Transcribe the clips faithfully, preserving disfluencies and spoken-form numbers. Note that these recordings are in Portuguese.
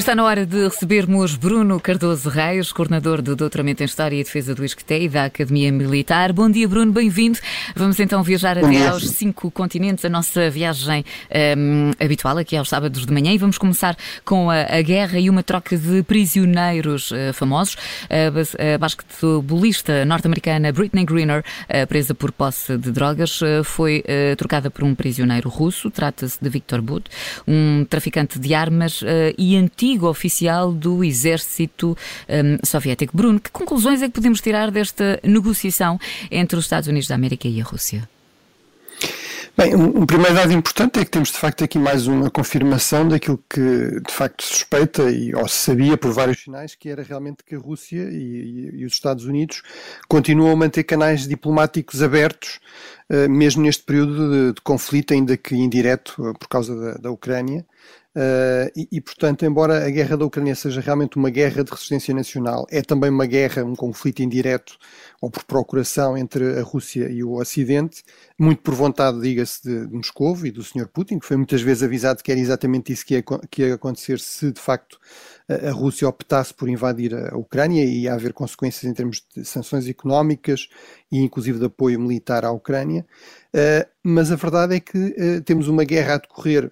Está na hora de recebermos Bruno Cardoso Reis, coordenador do Doutoramento em História e Defesa do ISCTE e da Academia Militar. Bom dia, Bruno, bem-vindo. Vamos então viajar até aos cinco continentes, a nossa viagem um, habitual aqui aos sábados de manhã, e vamos começar com a, a guerra e uma troca de prisioneiros uh, famosos. A, a basquetebolista norte-americana Brittney Griner, uh, presa por posse de drogas, uh, foi uh, trocada por um prisioneiro russo. Trata-se de Viktor Bout, um traficante de armas uh, e antigo oficial do exército um, soviético. Bruno, que conclusões é que podemos tirar desta negociação entre os Estados Unidos da América e a Rússia? Bem, um, um primeiro dado importante é que temos de facto aqui mais uma confirmação daquilo que de facto se suspeita e, ou se sabia por vários sinais, que era realmente que a Rússia e, e, e os Estados Unidos continuam a manter canais diplomáticos abertos, uh, mesmo neste período de, de conflito, ainda que indireto, uh, por causa da, da Ucrânia. Uh, e, e, portanto, embora a guerra da Ucrânia seja realmente uma guerra de resistência nacional, é também uma guerra, um conflito indireto ou por procuração entre a Rússia e o Ocidente, muito por vontade, diga-se, de, de Moscou e do senhor Putin, que foi muitas vezes avisado que era exatamente isso que ia, que ia acontecer se, de facto, a, a Rússia optasse por invadir a, a Ucrânia, e ia haver consequências em termos de sanções económicas e, inclusive, de apoio militar à Ucrânia. Uh, mas a verdade é que uh, temos uma guerra a decorrer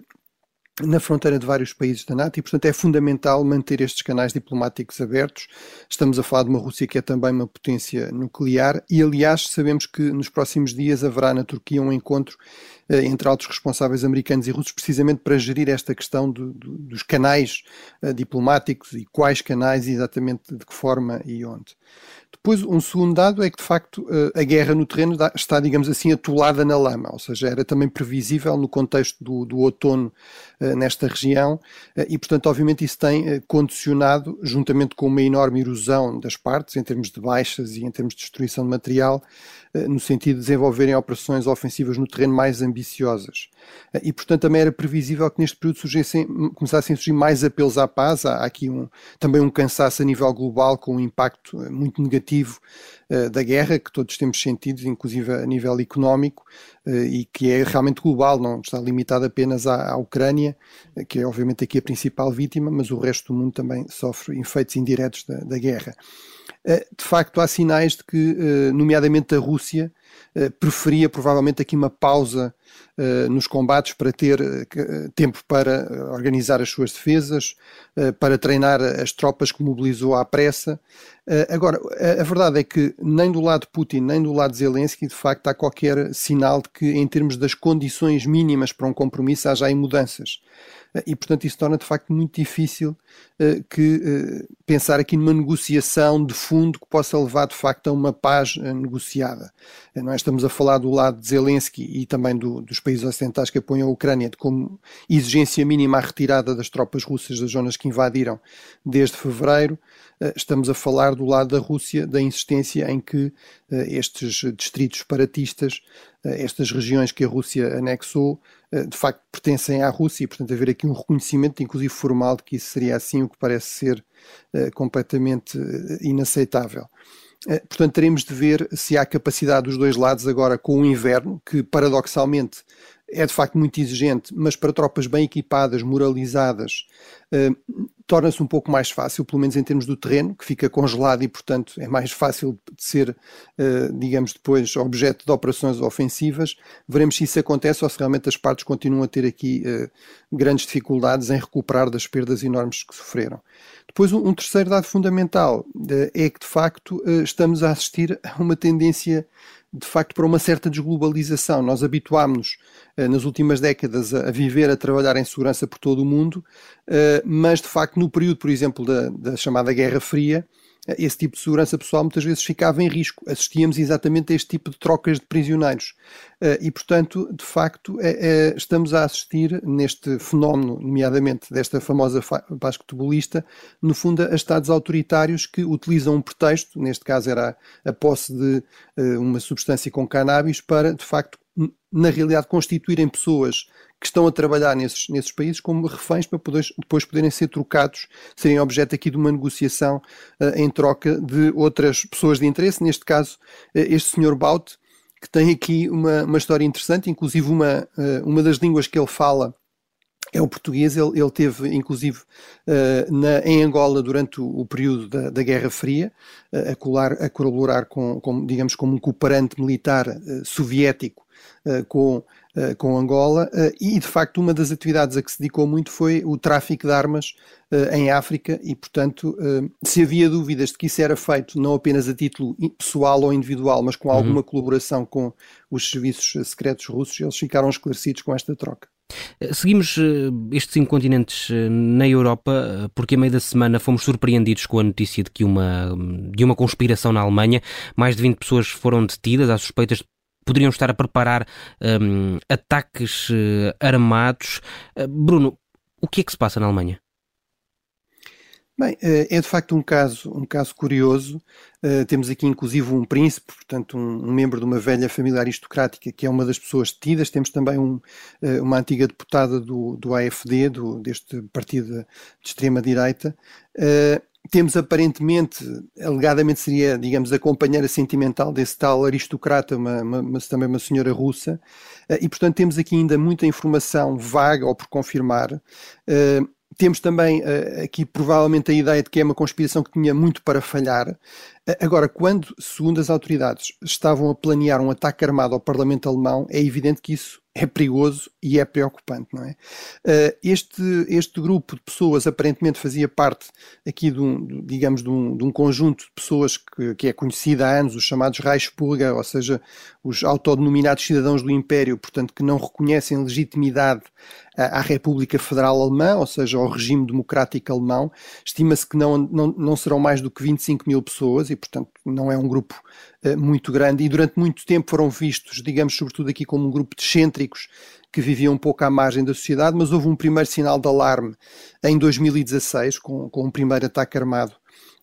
na fronteira de vários países da NATO e, portanto, é fundamental manter estes canais diplomáticos abertos. Estamos a falar de uma Rússia que é também uma potência nuclear e, aliás, sabemos que nos próximos dias haverá na Turquia um encontro eh, entre altos responsáveis americanos e russos, precisamente para gerir esta questão do, do, dos canais eh, diplomáticos e quais canais, exatamente de que forma e onde. Depois, um segundo dado é que, de facto, a guerra no terreno está, digamos assim, atolada na lama, ou seja, era também previsível no contexto do, do outono uh, nesta região uh, e, portanto, obviamente isso tem uh, condicionado, juntamente com uma enorme erosão das partes, em termos de baixas e em termos de destruição de material, uh, no sentido de desenvolverem operações ofensivas no terreno mais ambiciosas. Uh, e, portanto, também era previsível que neste período surgissem, começassem a surgir mais apelos à paz. Há, há aqui um, também um cansaço a nível global, com um impacto uh, muito negativo uh, da guerra, que todos temos sentido, inclusive a nível económico, uh, e que é realmente global, não está limitado apenas à, à Ucrânia, uh, que é obviamente aqui a principal vítima, mas o resto do mundo também sofre efeitos indiretos da, da guerra. Uh, de facto, há sinais de que, uh, nomeadamente a Rússia, uh, preferia provavelmente aqui uma pausa uh, nos combates para ter uh, tempo para uh, organizar as suas defesas, uh, para treinar as tropas que mobilizou à pressa. Uh, agora, a, a verdade é que nem do lado de Putin, nem do lado de Zelensky, de facto, há qualquer sinal de que, em termos das condições mínimas para um compromisso, haja aí mudanças. E, portanto, isso torna de facto muito difícil uh, que uh, pensar aqui numa negociação de fundo que possa levar de facto a uma paz uh, negociada. Uh, nós estamos a falar do lado de Zelensky e também do, dos países ocidentais que apoiam a Ucrânia de como exigência mínima a retirada das tropas russas das zonas que invadiram desde fevereiro. Uh, estamos a falar do lado da Rússia, da insistência em que uh, estes distritos separatistas, uh, estas regiões que a Rússia anexou, de facto pertencem à Rússia, e portanto haver aqui um reconhecimento, inclusive formal, de que isso seria assim, o que parece ser uh, completamente uh, inaceitável. Uh, portanto, teremos de ver se há capacidade dos dois lados agora com o inverno, que paradoxalmente é de facto muito exigente, mas para tropas bem equipadas, moralizadas, uh, torna-se um pouco mais fácil, pelo menos em termos do terreno, que fica congelado e, portanto, é mais fácil de ser, uh, digamos, depois objeto de operações ofensivas. Veremos se isso acontece ou se realmente as partes continuam a ter aqui uh, grandes dificuldades em recuperar das perdas enormes que sofreram. Depois, um, um terceiro dado fundamental uh, é que, de facto, uh, estamos a assistir a uma tendência de facto para uma certa desglobalização. Nós habituámos-nos uh, nas últimas décadas a, a viver, a trabalhar em segurança por todo o mundo, uh, mas de facto no período, por exemplo, da, da chamada Guerra Fria, uh, esse tipo de segurança pessoal muitas vezes ficava em risco. Assistíamos exatamente a este tipo de trocas de prisioneiros. Uh, e, portanto, de facto, uh, uh, estamos a assistir neste fenómeno, nomeadamente desta famosa basquetebolista, no fundo a estados autoritários que utilizam um pretexto, neste caso era a, a posse de uh, uma substância com cannabis, para, de facto, na realidade, constituírem pessoas que estão a trabalhar nesses, nesses países como reféns para poder, depois poderem ser trocados, serem objeto aqui de uma negociação uh, em troca de outras pessoas de interesse, neste caso uh, este senhor Bout, que tem aqui uma, uma história interessante, inclusive uma, uh, uma das línguas que ele fala é o português. Ele, ele teve, inclusive, uh, na, em Angola durante o, o período da, da Guerra Fria, uh, a, colar, a colaborar com, com, digamos, como um cooperante militar uh, soviético uh, com, uh, com Angola, uh, e, de facto, uma das atividades a que se dedicou muito foi o tráfico de armas uh, em África, e, portanto, uh, se havia dúvidas de que isso era feito não apenas a título pessoal ou individual, mas com alguma uhum. colaboração com os serviços secretos russos, eles ficaram esclarecidos com esta troca. Seguimos estes cinco continentes na Europa porque a meio da semana fomos surpreendidos com a notícia de que uma, de uma conspiração na Alemanha. Mais de vinte pessoas foram detidas às suspeitas de poderiam estar a preparar um, ataques uh, armados. Uh, Bruno, o que é que se passa na Alemanha? Bem, é de facto um caso, um caso curioso. Uh, temos aqui inclusive um príncipe, portanto um, um membro de uma velha família aristocrática que é uma das pessoas detidas. Temos também um, uh, uma antiga deputada do, do A F D, do, deste partido de extrema-direita. Uh, temos aparentemente, alegadamente seria, digamos, a companheira sentimental desse tal aristocrata, uma, uma, uma, também uma senhora russa, uh, e portanto temos aqui ainda muita informação vaga ou por confirmar. Uh, Temos também uh, aqui provavelmente a ideia de que é uma conspiração que tinha muito para falhar. Uh, agora, quando, segundo as autoridades, estavam a planear um ataque armado ao Parlamento alemão, é evidente que isso é perigoso e é preocupante, não é? Uh, este, este grupo de pessoas aparentemente fazia parte aqui de um, digamos, de um, de um conjunto de pessoas que, que é conhecido há anos, os chamados Reichsbürger, ou seja, os autodenominados cidadãos do Império, portanto, que não reconhecem legitimidade à, à República Federal Alemã, ou seja, ao regime democrático alemão. Estima-se que não, não, não serão mais do que vinte e cinco mil pessoas e, portanto, não é um grupo uh, muito grande, e durante muito tempo foram vistos, digamos, sobretudo aqui como um grupo de excêntricos que viviam um pouco à margem da sociedade, mas houve um primeiro sinal de alarme em dois mil e dezasseis, com, com um primeiro ataque armado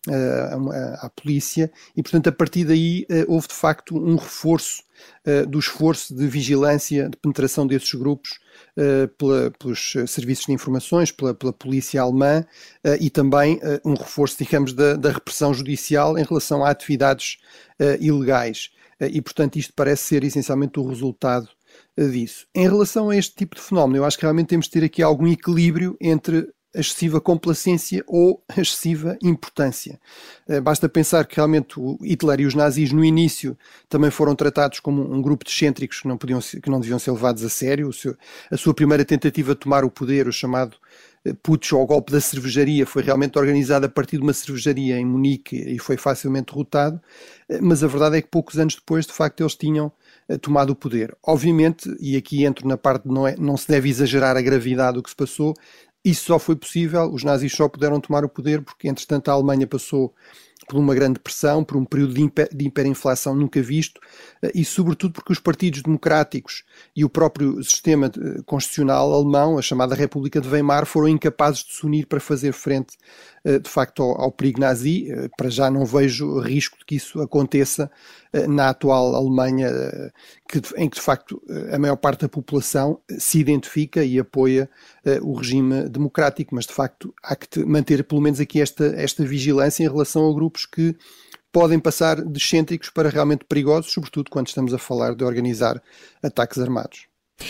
uh, à, à polícia, e portanto a partir daí uh, houve de facto um reforço uh, do esforço de vigilância, de penetração desses grupos uh, pela, pelos serviços de informações, pela, pela polícia alemã, uh, e também uh, um reforço, digamos, da, da repressão judicial em relação a atividades uh, ilegais. Uh, e portanto isto parece ser essencialmente o resultado disso. Em relação a este tipo de fenómeno, eu acho que realmente temos de ter aqui algum equilíbrio entre a excessiva complacência ou a excessiva importância. Basta pensar que realmente o Hitler e os nazis no início também foram tratados como um grupo de excêntricos que não, podiam ser, que não deviam ser levados a sério. O seu, a sua primeira tentativa de tomar o poder, o chamado putsch ou golpe da cervejaria, foi realmente organizado a partir de uma cervejaria em Munique e foi facilmente derrotado, mas a verdade é que poucos anos depois, de facto, eles tinham tomado o poder. Obviamente, e aqui entro na parte de não, é, não se deve exagerar a gravidade do que se passou, isso só foi possível, os nazis só puderam tomar o poder porque, entretanto, a Alemanha passou por uma grande depressão, por um período de, hiper, de hiperinflação nunca visto, e sobretudo porque os partidos democráticos e o próprio sistema constitucional alemão, a chamada República de Weimar, foram incapazes de se unir para fazer frente, de facto, ao, ao perigo nazi. Para já não vejo risco de que isso aconteça na atual Alemanha, que, em que, de facto, a maior parte da população se identifica e apoia o regime democrático, mas, de facto, há que manter, pelo menos aqui, esta, esta vigilância em relação a grupos que podem passar de excêntricos para realmente perigosos, sobretudo quando estamos a falar de organizar ataques armados.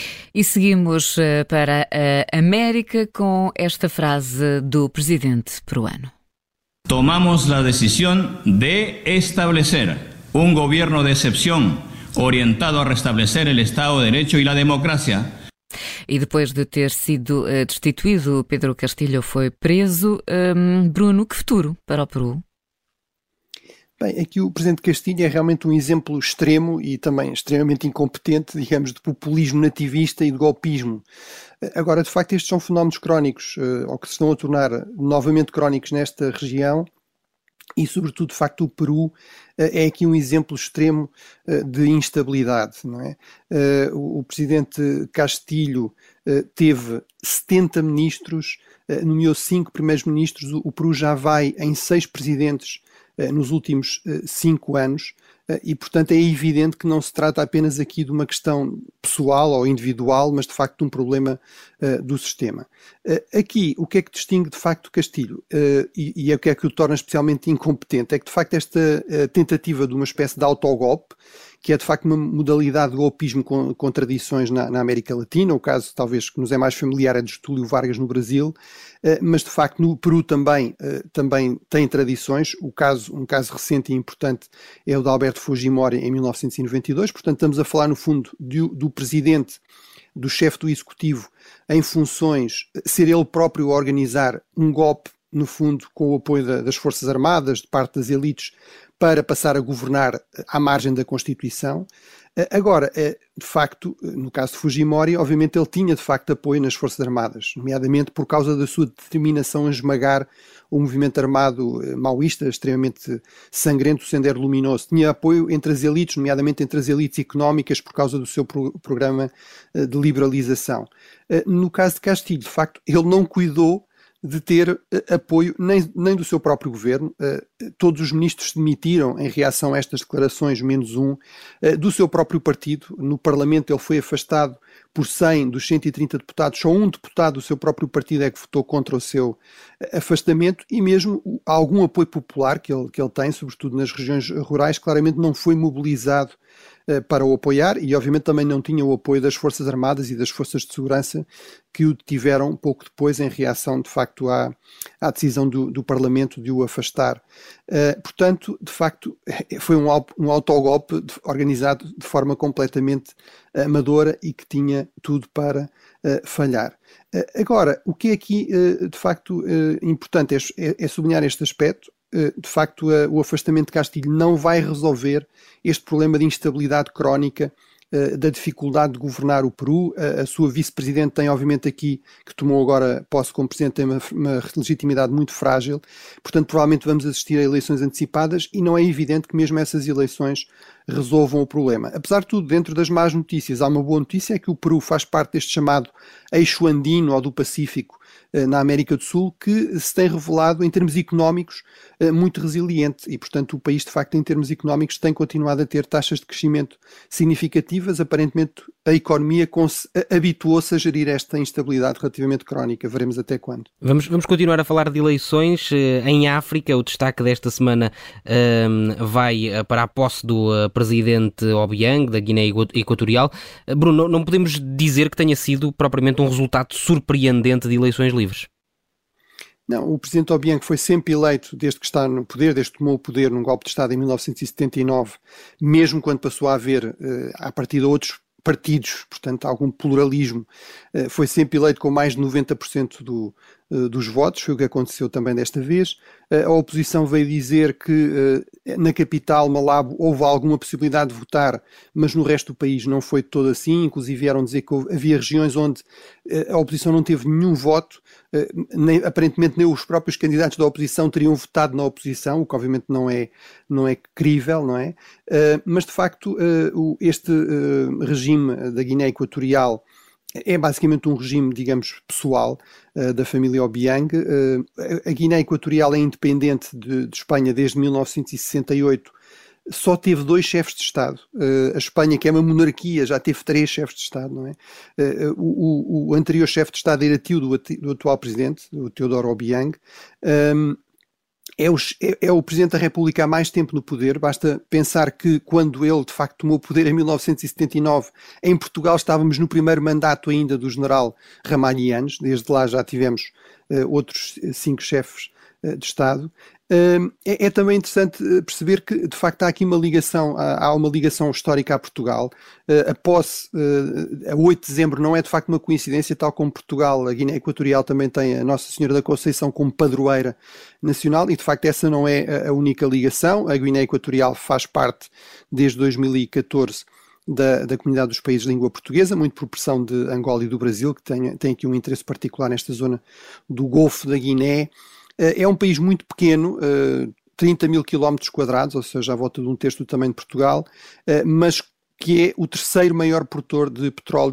E seguimos para a América com esta frase do presidente peruano. Tomamos a decisão de estabelecer um governo de excepção orientado a restabelecer o Estado de Derecho e a democracia. E depois de ter sido uh, destituído, Pedro Castillo foi preso. Um, Bruno, que futuro para o Peru? Bem, aqui o presidente Castilho é realmente um exemplo extremo e também extremamente incompetente, digamos, de populismo nativista e de golpismo. Agora, de facto, estes são fenómenos crónicos, ou que se estão a tornar novamente crónicos nesta região, e, sobretudo, de facto, o Peru é aqui um exemplo extremo de instabilidade, não é? O presidente Castilho teve setenta ministros, nomeou cinco primeiros ministros, o Peru já vai em seis presidentes nos últimos cinco anos, e, portanto, é evidente que não se trata apenas aqui de uma questão pessoal ou individual, mas, de facto, de um problema uh, do sistema. Uh, aqui, o que é que distingue, de facto, Castilho, uh, e, e é o que é que o torna especialmente incompetente, é que, de facto, esta uh, tentativa de uma espécie de autogolpe, que é de facto uma modalidade de golpismo com, com tradições na, na América Latina. O caso talvez que nos é mais familiar é de Getúlio Vargas no Brasil, uh, mas de facto no Peru também, uh, também tem tradições. O caso, um caso recente e importante é o de Alberto Fujimori em mil novecentos e noventa e dois, portanto estamos a falar no fundo do, do presidente, do chefe do executivo em funções, ser ele próprio a organizar um golpe, no fundo com o apoio da, das Forças Armadas, de parte das elites, para passar a governar à margem da Constituição. Agora, de facto, no caso de Fujimori, obviamente ele tinha de facto apoio nas Forças Armadas, nomeadamente por causa da sua determinação a esmagar o movimento armado maoísta, extremamente sangrento, Sendero Luminoso. Tinha apoio entre as elites, nomeadamente entre as elites económicas, por causa do seu pro- programa de liberalização. No caso de Castilho, de facto, ele não cuidou de ter uh, apoio nem, nem do seu próprio governo. Uh, todos os ministros se demitiram em reação a estas declarações, menos um, uh, do seu próprio partido. No Parlamento ele foi afastado por cem dos cento e trinta deputados, só um deputado do seu próprio partido é que votou contra o seu uh, afastamento, e mesmo algum apoio popular que ele, que ele tem, sobretudo nas regiões rurais, claramente não foi mobilizado uh, para o apoiar, e obviamente também não tinha o apoio das Forças Armadas e das Forças de Segurança, que o tiveram pouco depois em reação de facto à, à decisão do, do Parlamento de o afastar. Uh, portanto, de facto, foi um, um autogolpe de, organizado de forma completamente amadora e que tinha tudo para uh, falhar. Uh, agora, o que é aqui uh, de facto uh, importante é, é, é sublinhar este aspecto. Uh, de facto, uh, o afastamento de Castilho não vai resolver este problema de instabilidade crónica, da dificuldade de governar o Peru. A, a sua vice-presidente tem, obviamente, aqui, que tomou agora posse como presidente, tem uma, uma legitimidade muito frágil, portanto, provavelmente vamos assistir a eleições antecipadas e não é evidente que mesmo essas eleições resolvam o problema. Apesar de tudo, dentro das más notícias, há uma boa notícia, é que o Peru faz parte deste chamado eixo andino ou do Pacífico na América do Sul, que se tem revelado, em termos económicos, muito resiliente e, portanto, o país, de facto, em termos económicos, tem continuado a ter taxas de crescimento significativas. Aparentemente, a economia habituou-se a gerir esta instabilidade relativamente crónica. Veremos até quando. Vamos, vamos continuar a falar de eleições. Em África, o destaque desta semana um, vai para a posse do presidente Obiang, da Guiné Equatorial. Bruno, não podemos dizer que tenha sido propriamente um resultado surpreendente de eleições livres. Não, o presidente Obiang foi sempre eleito desde que está no poder, desde que tomou o poder num golpe de Estado em mil novecentos e setenta e nove, mesmo quando passou a haver, uh, a partir de outros partidos, portanto algum pluralismo, uh, foi sempre eleito com mais de noventa por cento do, uh, dos votos, foi o que aconteceu também desta vez. Uh, a oposição veio dizer que uh, na capital, Malabo, houve alguma possibilidade de votar, mas no resto do país não foi todo assim, inclusive vieram dizer que houve, havia regiões onde uh, a oposição não teve nenhum voto. Uh, nem, aparentemente nem os próprios candidatos da oposição teriam votado na oposição, o que obviamente não é, não é crível, não é? Uh, mas de facto uh, o, este uh, regime da Guiné Equatorial é basicamente um regime, digamos, pessoal uh, da família Obiang. Uh, a Guiné Equatorial é independente de, de Espanha desde mil novecentos e sessenta e oito, só teve dois chefes de Estado. Uh, a Espanha, que é uma monarquia, já teve três chefes de Estado, não é? Uh, o, o, o anterior chefe de Estado era tio do, do atual presidente, o Teodoro Obiang. Um, é, o, é, é o presidente da República há mais tempo no poder. Basta pensar que quando ele, de facto, tomou o poder em mil novecentos e setenta e nove, em Portugal estávamos no primeiro mandato ainda do general Ramalhianes. Desde lá já tivemos uh, outros cinco chefes uh, de Estado. É, é também interessante perceber que, de facto, há aqui uma ligação, há, há uma ligação histórica a Portugal. A posse, a oito de dezembro, não é de facto uma coincidência, tal como Portugal, a Guiné Equatorial também tem a Nossa Senhora da Conceição como padroeira nacional, e de facto essa não é a única ligação. A Guiné Equatorial faz parte, desde dois mil e catorze, Da, da comunidade dos países de língua portuguesa, muito por pressão de Angola e do Brasil, que tem, tem aqui um interesse particular nesta zona do Golfo da Guiné. É um país muito pequeno, trinta mil quilómetros quadrados, ou seja, à volta de um terço do tamanho de Portugal, mas que é o terceiro maior produtor de petróleo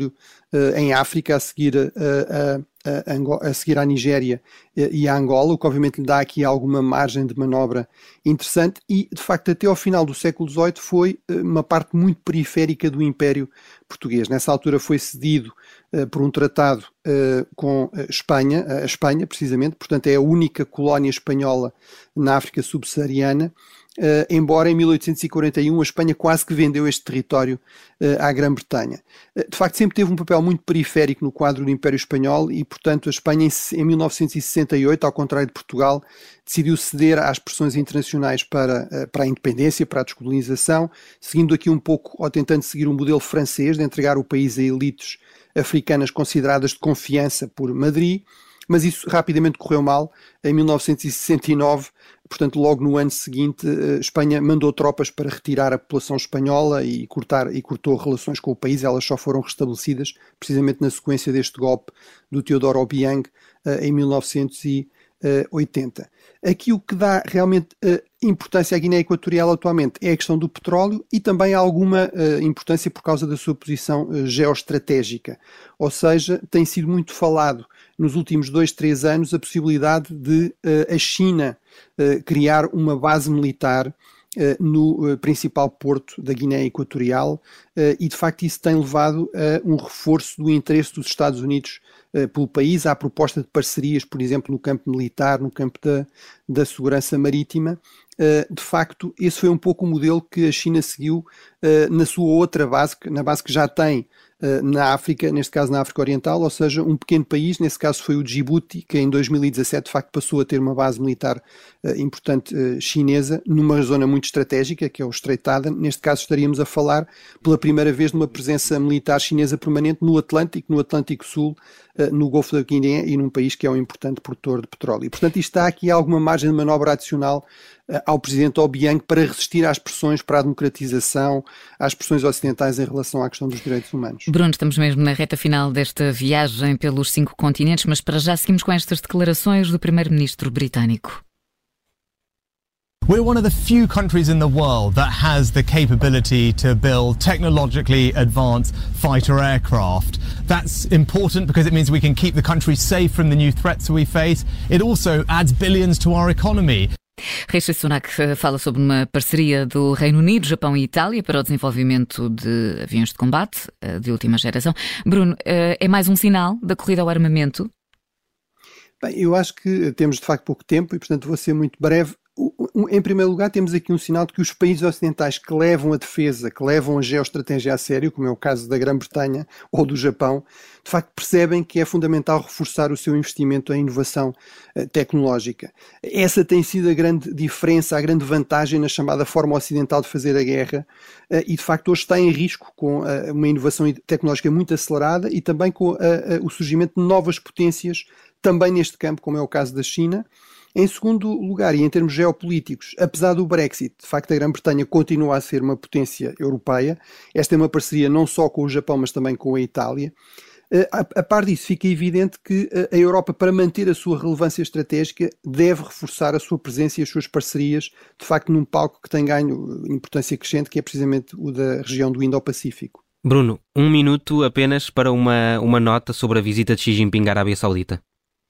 em África, a seguir a, a, a, a seguir à Nigéria e à Angola, o que obviamente lhe dá aqui alguma margem de manobra interessante e, de facto, até ao final do século dezoito foi uma parte muito periférica do Império Português. Nessa altura foi cedido uh, por um tratado uh, com a Espanha, a Espanha precisamente, portanto é a única colónia espanhola na África subsaariana, Uh, embora em mil oitocentos e quarenta e um a Espanha quase que vendeu este território uh, à Grã-Bretanha. Uh, de facto, sempre teve um papel muito periférico no quadro do Império Espanhol e, portanto, a Espanha em, em mil novecentos e sessenta e oito, ao contrário de Portugal, decidiu ceder às pressões internacionais para, uh, para a independência, para a descolonização, seguindo aqui um pouco, ou tentando seguir um modelo francês de entregar o país a elites africanas consideradas de confiança por Madrid, mas isso rapidamente correu mal. Em mil novecentos e sessenta e nove, portanto logo no ano seguinte, Espanha mandou tropas para retirar a população espanhola e, cortar, e cortou relações com o país. Elas só foram restabelecidas precisamente na sequência deste golpe do Teodoro Obiang em mil novecentos e oitenta. Aqui o que dá realmente uh, importância à Guiné Equatorial atualmente é a questão do petróleo e também alguma uh, importância por causa da sua posição uh, geoestratégica. Ou seja, tem sido muito falado nos últimos dois, três anos a possibilidade de uh, a China uh, criar uma base militar Uh, no uh, principal porto da Guiné Equatorial uh, e de facto isso tem levado a um reforço do interesse dos Estados Unidos uh, pelo país, à proposta de parcerias, por exemplo, no campo militar, no campo da, da segurança marítima. Uh, de facto, esse foi um pouco o modelo que a China seguiu uh, na sua outra base, na base que já tem uh, na África, neste caso na África Oriental, ou seja, um pequeno país, nesse caso foi o Djibouti, que em dois mil e dezassete de facto passou a ter uma base militar uh, importante uh, chinesa, numa zona muito estratégica, que é o Estreito de Aden. Neste caso estaríamos a falar pela primeira vez de uma presença militar chinesa permanente no Atlântico, no Atlântico Sul, uh, no Golfo da Guiné e num país que é um importante produtor de petróleo. E, portanto, isto está aqui alguma margem de manobra adicional uh, ao presidente Obiang para resistir às pressões para a democratização, às pressões ocidentais em relação à questão dos direitos humanos. Bruno, estamos mesmo na reta final desta viagem pelos cinco continentes, mas para já seguimos com estas declarações do primeiro-ministro britânico. We're one of the few countries in the world that has the capability to build technologically advanced fighter aircraft. That's important because it means we can keep the country safe from the new threats we face. It also adds billions to our economy. Rishi Sunak fala sobre uma parceria do Reino Unido, Japão e Itália para o desenvolvimento de aviões de combate de última geração. Bruno, é mais um sinal da corrida ao armamento? Bem, eu acho que temos de facto pouco tempo e, portanto, vou ser muito breve. Em primeiro lugar, temos aqui um sinal de que os países ocidentais que levam a defesa, que levam a geoestratégia a sério, como é o caso da Grã-Bretanha ou do Japão, de facto percebem que é fundamental reforçar o seu investimento em inovação uh, tecnológica. Essa tem sido a grande diferença, a grande vantagem na chamada forma ocidental de fazer a guerra uh, e, de facto, hoje está em risco com uh, uma inovação tecnológica muito acelerada e também com uh, uh, o surgimento de novas potências também neste campo, como é o caso da China. Em segundo lugar, e em termos geopolíticos, apesar do Brexit, de facto a Grã-Bretanha continua a ser uma potência europeia. Esta é uma parceria não só com o Japão, mas também com a Itália. A, a par disso, fica evidente que a Europa, para manter a sua relevância estratégica, deve reforçar a sua presença e as suas parcerias, de facto num palco que tem ganho importância crescente, que é precisamente o da região do Indo-Pacífico. Bruno, um minuto apenas para uma, uma nota sobre a visita de Xi Jinping à Arábia Saudita.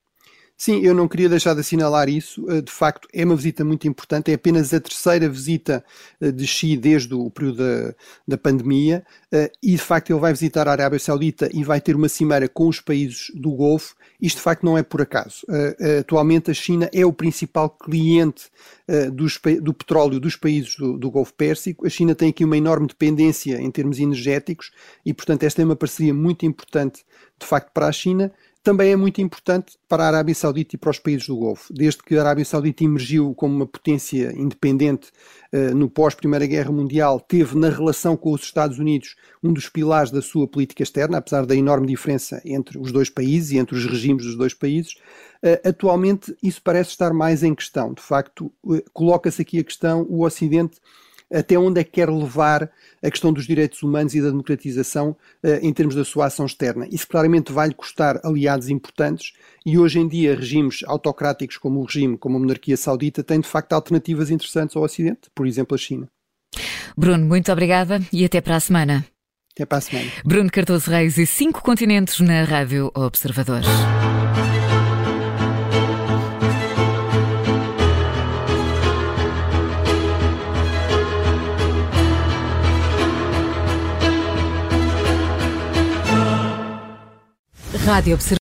Sim, eu não queria deixar de assinalar isso. De facto, é uma visita muito importante. É apenas a terceira visita de Xi desde o período da, da pandemia. E, de facto, ele vai visitar a Arábia Saudita e vai ter uma cimeira com os países do Golfo. Isto, de facto, não é por acaso. Atualmente, a China é o principal cliente dos, do petróleo dos países do, do Golfo Pérsico. A China tem aqui uma enorme dependência em termos energéticos e, portanto, esta é uma parceria muito importante, de facto, para a China. Também é muito importante para a Arábia Saudita e para os países do Golfo. Desde que a Arábia Saudita emergiu como uma potência independente uh, no pós-Primeira Guerra Mundial, teve na relação com os Estados Unidos um dos pilares da sua política externa, apesar da enorme diferença entre os dois países e entre os regimes dos dois países. Uh, atualmente isso parece estar mais em questão. De facto, uh, coloca-se aqui a questão, o Ocidente, até onde é que quer levar a questão dos direitos humanos e da democratização uh, em termos da sua ação externa. Isso claramente vai-lhe custar aliados importantes e hoje em dia regimes autocráticos como o regime, como a monarquia saudita, têm de facto alternativas interessantes ao Ocidente, por exemplo a China. Bruno, muito obrigada e até para a semana. Até para a semana. Bruno Cardoso Reis e cinco continentes na Rádio Observador. Rádio Observador.